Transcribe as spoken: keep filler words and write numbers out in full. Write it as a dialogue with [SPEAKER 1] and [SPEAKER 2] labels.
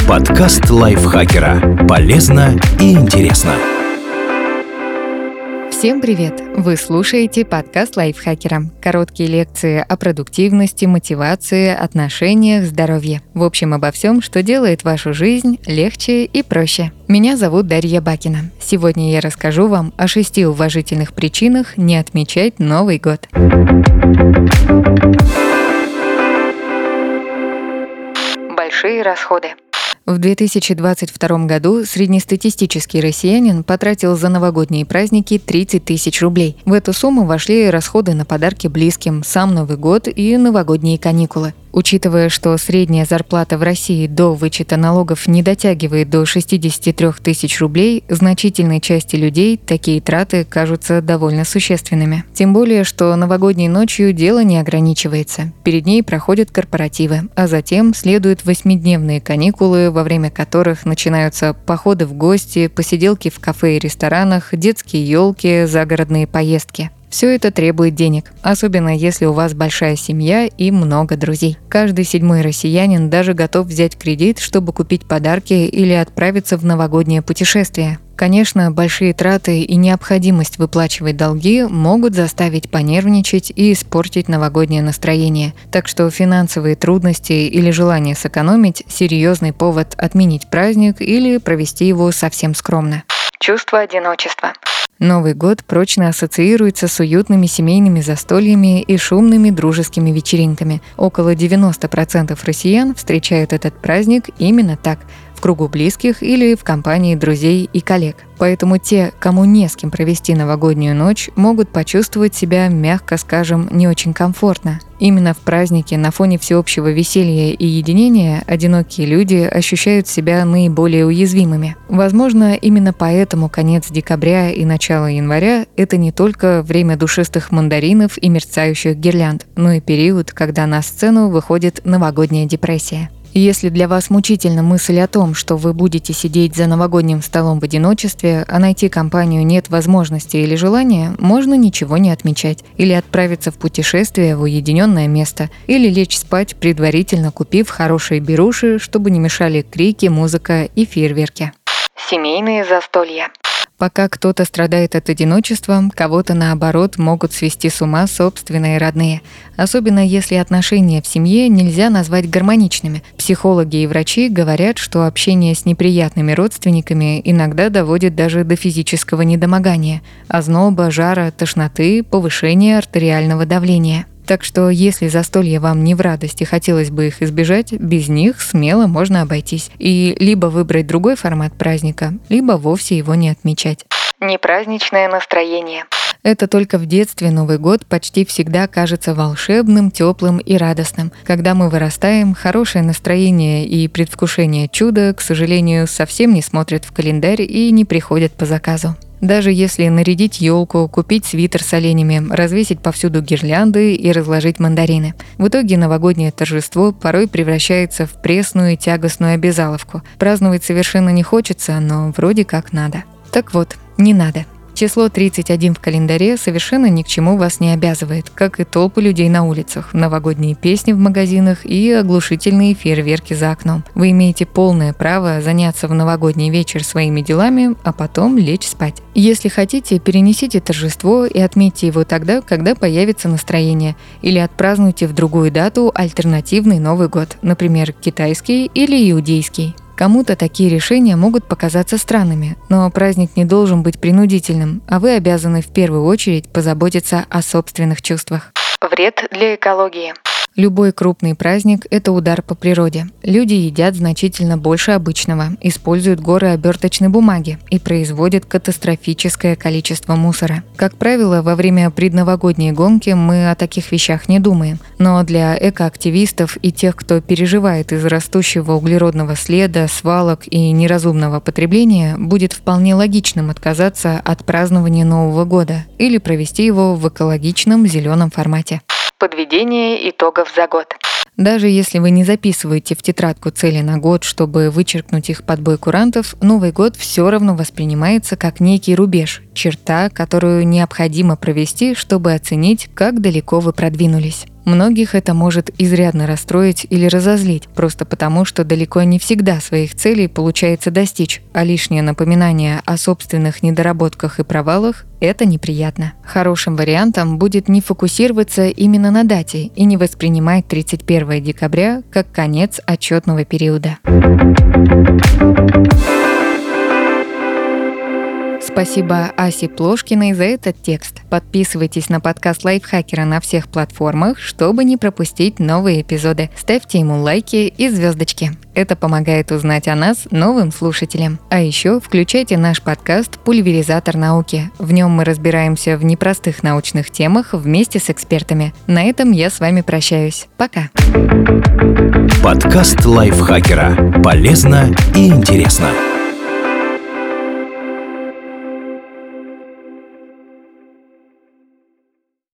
[SPEAKER 1] Подкаст лайфхакера. Полезно и интересно.
[SPEAKER 2] Всем привет! Вы слушаете подкаст лайфхакера. Короткие лекции о продуктивности, мотивации, отношениях, здоровье. В общем, обо всем, что делает вашу жизнь легче и проще. Меня зовут Дарья Бакина. Сегодня я расскажу вам о шести уважительных причинах не отмечать Новый год. Большие расходы. В две тысячи двадцать втором году среднестатистический россиянин потратил за новогодние праздники тридцать тысяч рублей. В эту сумму вошли расходы на подарки близким, сам Новый год и новогодние каникулы. Учитывая, что средняя зарплата в России до вычета налогов не дотягивает до шестьдесят три тысячи рублей, значительной части людей такие траты кажутся довольно существенными. Тем более, что новогодней ночью дело не ограничивается. Перед ней проходят корпоративы, а затем следуют восьмидневные каникулы, во время которых начинаются походы в гости, посиделки в кафе и ресторанах, детские елки, загородные поездки. Все это требует денег, особенно если у вас большая семья и много друзей. Каждый седьмой россиянин даже готов взять кредит, чтобы купить подарки или отправиться в новогоднее путешествие. Конечно, большие траты и необходимость выплачивать долги могут заставить понервничать и испортить новогоднее настроение. Так что финансовые трудности или желание сэкономить – серьезный повод отменить праздник или провести его совсем скромно. Чувство одиночества. Новый год прочно ассоциируется с уютными семейными застольями и шумными дружескими вечеринками. Около девяносто процентов россиян встречают этот праздник именно так – в кругу близких или в компании друзей и коллег. Поэтому те, кому не с кем провести новогоднюю ночь, могут почувствовать себя, мягко скажем, не очень комфортно. Именно в празднике на фоне всеобщего веселья и единения одинокие люди ощущают себя наиболее уязвимыми. Возможно, именно поэтому конец декабря и начало января – это не только время душистых мандаринов и мерцающих гирлянд, но и период, когда на сцену выходит новогодняя депрессия. Если для вас мучительна мысль о том, что вы будете сидеть за новогодним столом в одиночестве, а найти компанию нет возможности или желания, можно ничего не отмечать, или отправиться в путешествие в уединенное место, или лечь спать, предварительно купив хорошие беруши, чтобы не мешали крики, музыка и фейерверки. Семейные застолья. Пока кто-то страдает от одиночества, кого-то, наоборот, могут свести с ума собственные родные. Особенно если отношения в семье нельзя назвать гармоничными. Психологи и врачи говорят, что общение с неприятными родственниками иногда доводит даже до физического недомогания, озноба, жара, тошноты, повышения артериального давления. Так что, если застолья вам не в радость и хотелось бы их избежать, без них смело можно обойтись. И либо выбрать другой формат праздника, либо вовсе его не отмечать. Непраздничное настроение. Это только в детстве Новый год почти всегда кажется волшебным, теплым и радостным. Когда мы вырастаем, хорошее настроение и предвкушение чуда, к сожалению, совсем не смотрят в календарь и не приходят по заказу. Даже если нарядить елку, купить свитер с оленями, развесить повсюду гирлянды и разложить мандарины. В итоге новогоднее торжество порой превращается в пресную и тягостную обязаловку. Праздновать совершенно не хочется, но вроде как надо. Так вот, не надо. Число тридцать один в календаре совершенно ни к чему вас не обязывает, как и толпы людей на улицах, новогодние песни в магазинах и оглушительные фейерверки за окном. Вы имеете полное право заняться в новогодний вечер своими делами, а потом лечь спать. Если хотите, перенесите торжество и отметьте его тогда, когда появится настроение, или отпразднуйте в другую дату альтернативный Новый год, например, китайский или иудейский. Кому-то такие решения могут показаться странными, но праздник не должен быть принудительным, а вы обязаны в первую очередь позаботиться о собственных чувствах. Вред для экологии. Любой крупный праздник – это удар по природе. Люди едят значительно больше обычного, используют горы оберточной бумаги и производят катастрофическое количество мусора. Как правило, во время предновогодней гонки мы о таких вещах не думаем. Но для экоактивистов и тех, кто переживает из растущего углеродного следа, свалок и неразумного потребления, будет вполне логичным отказаться от празднования Нового года или провести его в экологичном зеленом формате. Подведение итогов за год. Даже если вы не записываете в тетрадку цели на год, чтобы вычеркнуть их под бой курантов, Новый год все равно воспринимается как некий рубеж, черта, которую необходимо провести, чтобы оценить, как далеко вы продвинулись. Многих это может изрядно расстроить или разозлить, просто потому, что далеко не всегда своих целей получается достичь, а лишнее напоминание о собственных недоработках и провалах – это неприятно. Хорошим вариантом будет не фокусироваться именно на дате и не воспринимать тридцать первое декабря как конец отчетного периода. Спасибо Асе Плошкиной за этот текст. Подписывайтесь на подкаст Лайфхакера на всех платформах, чтобы не пропустить новые эпизоды. Ставьте ему лайки и звездочки. Это помогает узнать о нас новым слушателям. А еще включайте наш подкаст «Пульверизатор науки». В нем мы разбираемся в непростых научных темах вместе с экспертами. На этом я с вами прощаюсь. Пока.
[SPEAKER 1] Подкаст Лайфхакера. Полезно и интересно.